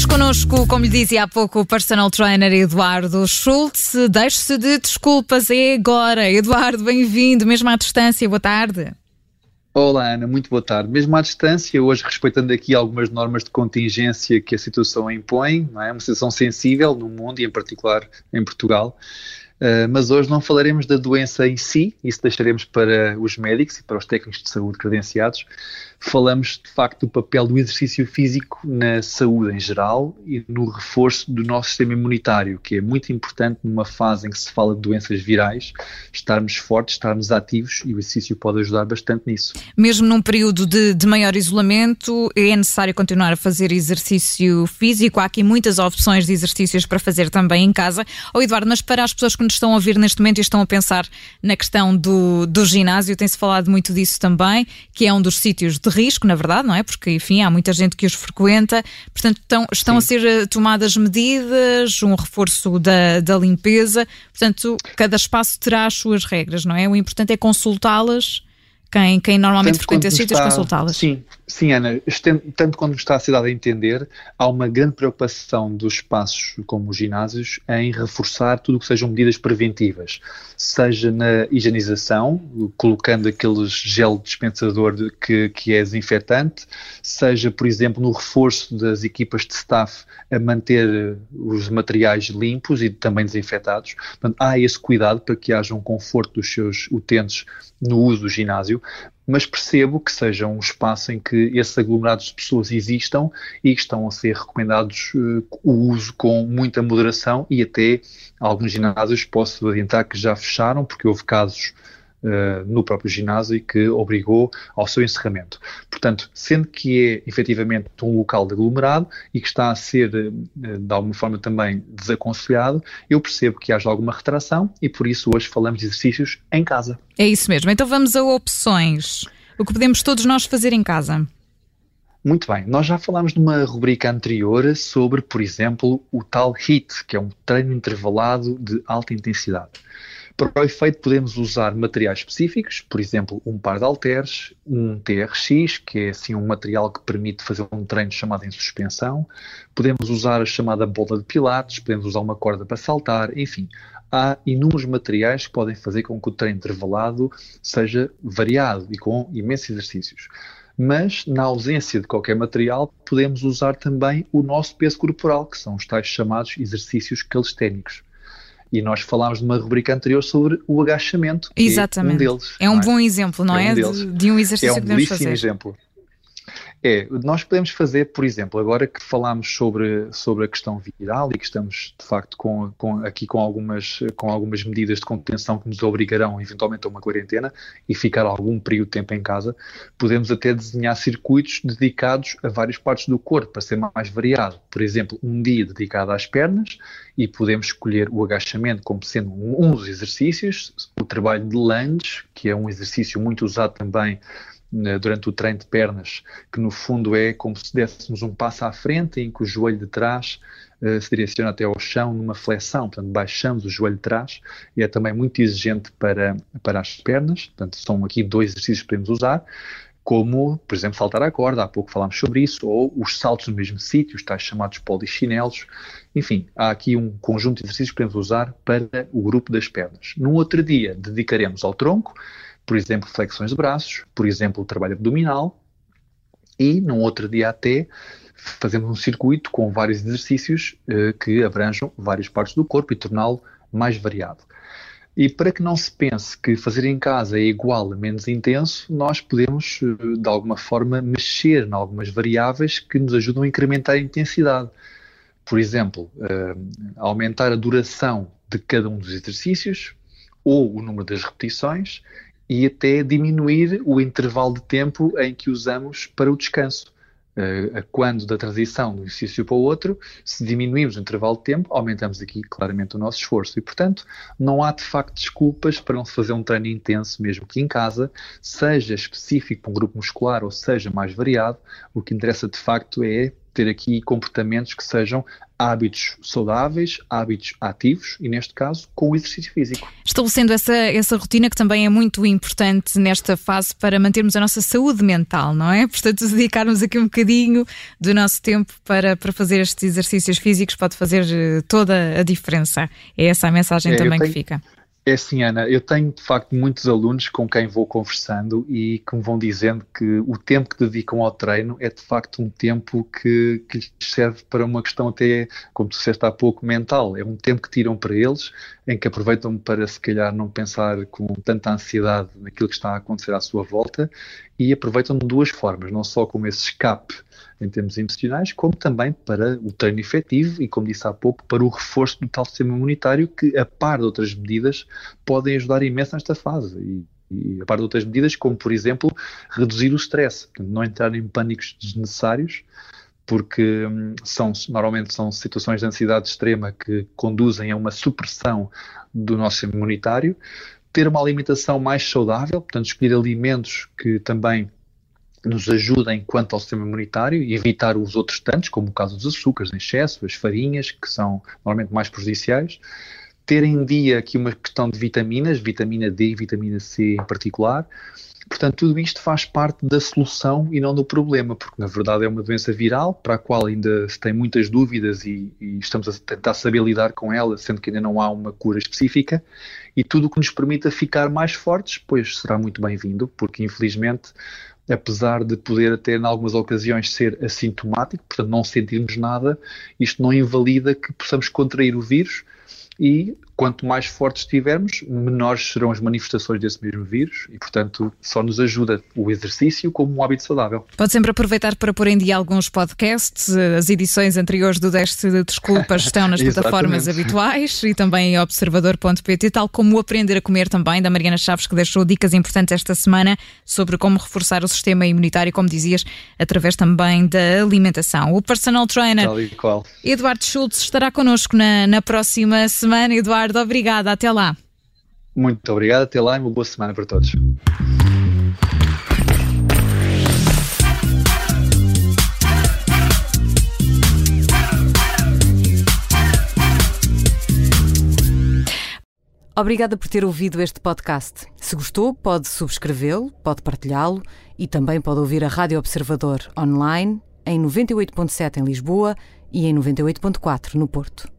Connosco, como lhe dizia há pouco, o personal trainer Eduardo Schultz. Deixe-se de desculpas, é agora. Eduardo, bem-vindo, mesmo à distância, boa tarde. Olá Ana, muito boa tarde. Mesmo à distância, hoje respeitando aqui algumas normas de contingência que a situação impõe, não é? Uma situação sensível no mundo e em particular em Portugal. Mas hoje não falaremos da doença em si, isso deixaremos para os médicos e para os técnicos de saúde credenciados. Falamos, de facto, do papel do exercício físico na saúde em geral e no reforço do nosso sistema imunitário, que é muito importante numa fase em que se fala de doenças virais, estarmos fortes, estarmos ativos, e o exercício pode ajudar bastante nisso. Mesmo num período de maior isolamento, é necessário continuar a fazer exercício físico. Há aqui muitas opções de exercícios para fazer também em casa. Eduardo, mas para as pessoas que nos estão a ouvir neste momento e estão a pensar na questão do ginásio, tem-se falado muito disso também, que é um dos sítios de risco, na verdade, não é? Porque, enfim, há muita gente que os frequenta, portanto estão a ser tomadas medidas, um reforço da limpeza, portanto cada espaço terá as suas regras, não é? O importante é consultá-las, quem normalmente frequenta esses sítios, consultá-las. Sim, Ana, tanto quando está a cidade a entender, há uma grande preocupação dos espaços como os ginásios em reforçar tudo o que sejam medidas preventivas, seja na higienização, colocando aquele gel dispensador que é desinfetante, seja, por exemplo, no reforço das equipas de staff a manter os materiais limpos e também desinfetados. Portanto, há esse cuidado para que haja um conforto dos seus utentes no uso do ginásio, mas percebo que seja um espaço em que esses aglomerados de pessoas existam e que estão a ser recomendados o uso com muita moderação, e até alguns ginásios posso adiantar que já fecharam porque houve casos no próprio ginásio e que obrigou ao seu encerramento. Portanto, sendo que é efetivamente um local de aglomerado e que está a ser de alguma forma também desaconselhado, eu percebo que haja alguma retração e por isso hoje falamos de exercícios em casa. É isso mesmo. Então vamos a opções. O que podemos todos nós fazer em casa? Muito bem, nós já falámos numa rubrica anterior sobre, por exemplo, o tal HIIT, que é um treino intervalado de alta intensidade. Para o efeito podemos usar materiais específicos, por exemplo, um par de halteres, um TRX, que é assim um material que permite fazer um treino chamado em suspensão. Podemos usar a chamada bola de pilates, podemos usar uma corda para saltar, enfim. Há inúmeros materiais que podem fazer com que o treino intervalado seja variado e com imensos exercícios. Mas, na ausência de qualquer material, podemos usar também o nosso peso corporal, que são os tais chamados exercícios calisténicos. E nós falámos numa rubrica anterior sobre o agachamento, que Exatamente. É um deles. É um bom exemplo, não é? De um exercício que podemos fazer. É um belíssimo exemplo. Nós podemos fazer, por exemplo, agora que falámos sobre a questão viral e que estamos, de facto, aqui com algumas medidas de contenção que nos obrigarão, eventualmente, a uma quarentena e ficar algum período de tempo em casa, podemos até desenhar circuitos dedicados a várias partes do corpo, para ser mais variado. Por exemplo, um dia dedicado às pernas, e podemos escolher o agachamento como sendo um dos exercícios, o trabalho de lunge, que é um exercício muito usado também durante o treino de pernas, que no fundo é como se dessemos um passo à frente em que o joelho de trás se direciona até ao chão numa flexão, portanto baixamos o joelho de trás, e é também muito exigente para as pernas. Portanto, são aqui dois exercícios que podemos usar, como, por exemplo, saltar a corda, há pouco falámos sobre isso, ou os saltos no mesmo sítio, os tais chamados polichinelos. Enfim, há aqui um conjunto de exercícios que podemos usar para o grupo das pernas. Num outro dia dedicaremos ao tronco, por exemplo, flexões de braços, por exemplo, o trabalho abdominal, e num outro dia até fazemos um circuito com vários exercícios que abranjam várias partes do corpo e torná-lo mais variado. E para que não se pense que fazer em casa é igual a menos intenso, nós podemos, de alguma forma, mexer em algumas variáveis que nos ajudam a incrementar a intensidade. Por exemplo, aumentar a duração de cada um dos exercícios ou o número das repetições, e até diminuir o intervalo de tempo em que usamos para o descanso. Quando da transição de um exercício para o outro, se diminuímos o intervalo de tempo, aumentamos aqui claramente o nosso esforço. E, portanto, não há de facto desculpas para não se fazer um treino intenso, mesmo que em casa, seja específico para um grupo muscular ou seja mais variado. O que interessa de facto é ter aqui comportamentos que sejam hábitos saudáveis, hábitos ativos e, neste caso, com o exercício físico. Estabelecendo essa rotina que também é muito importante nesta fase para mantermos a nossa saúde mental, não é? Portanto, dedicarmos aqui um bocadinho do nosso tempo para fazer estes exercícios físicos pode fazer toda a diferença. É essa a mensagem também que fica. É assim, Ana, eu tenho de facto muitos alunos com quem vou conversando e que me vão dizendo que o tempo que dedicam ao treino é de facto um tempo que lhes serve para uma questão até, como tu disseste há pouco, mental. É um tempo que tiram para eles, em que aproveitam para se calhar não pensar com tanta ansiedade naquilo que está a acontecer à sua volta e aproveitam de duas formas, não só como esse escape em termos emocionais, como também para o treino efetivo e, como disse há pouco, para o reforço do tal sistema imunitário que, a par de outras medidas, podem ajudar imenso nesta fase. E a par de outras medidas, como, por exemplo, reduzir o stress, portanto, não entrar em pânicos desnecessários, porque normalmente são situações de ansiedade extrema que conduzem a uma supressão do nosso sistema imunitário. Ter uma alimentação mais saudável, portanto, escolher alimentos que também nos ajudem quanto ao sistema imunitário e evitar os outros tantos, como o caso dos açúcares em excesso, as farinhas, que são normalmente mais prejudiciais. Ter em dia aqui uma questão de vitaminas, vitamina D e vitamina C em particular. Portanto, tudo isto faz parte da solução e não do problema, porque na verdade é uma doença viral para a qual ainda se tem muitas dúvidas e estamos a tentar saber lidar com ela, sendo que ainda não há uma cura específica, e tudo o que nos permita ficar mais fortes, pois será muito bem-vindo, porque infelizmente, apesar de poder até em algumas ocasiões ser assintomático, portanto não sentirmos nada, isto não invalida que possamos contrair o vírus e quanto mais fortes estivermos, menores serão as manifestações desse mesmo vírus e, portanto, só nos ajuda o exercício como um hábito saudável. Pode sempre aproveitar para pôr em dia alguns podcasts. As edições anteriores do Deste de Desculpas estão nas plataformas habituais e também em observador.pt, tal como o Aprender a Comer também, da Mariana Chaves, que deixou dicas importantes esta semana sobre como reforçar o sistema imunitário, como dizias, através também da alimentação. O personal trainer Eduardo Schultz estará connosco na próxima semana. Eduardo, obrigada, até lá. Muito obrigado, até lá e uma boa semana para todos. Obrigada por ter ouvido este podcast. Se gostou, pode subscrevê-lo, pode partilhá-lo e também pode ouvir a Rádio Observador online em 98.7 em Lisboa e em 98.4 no Porto.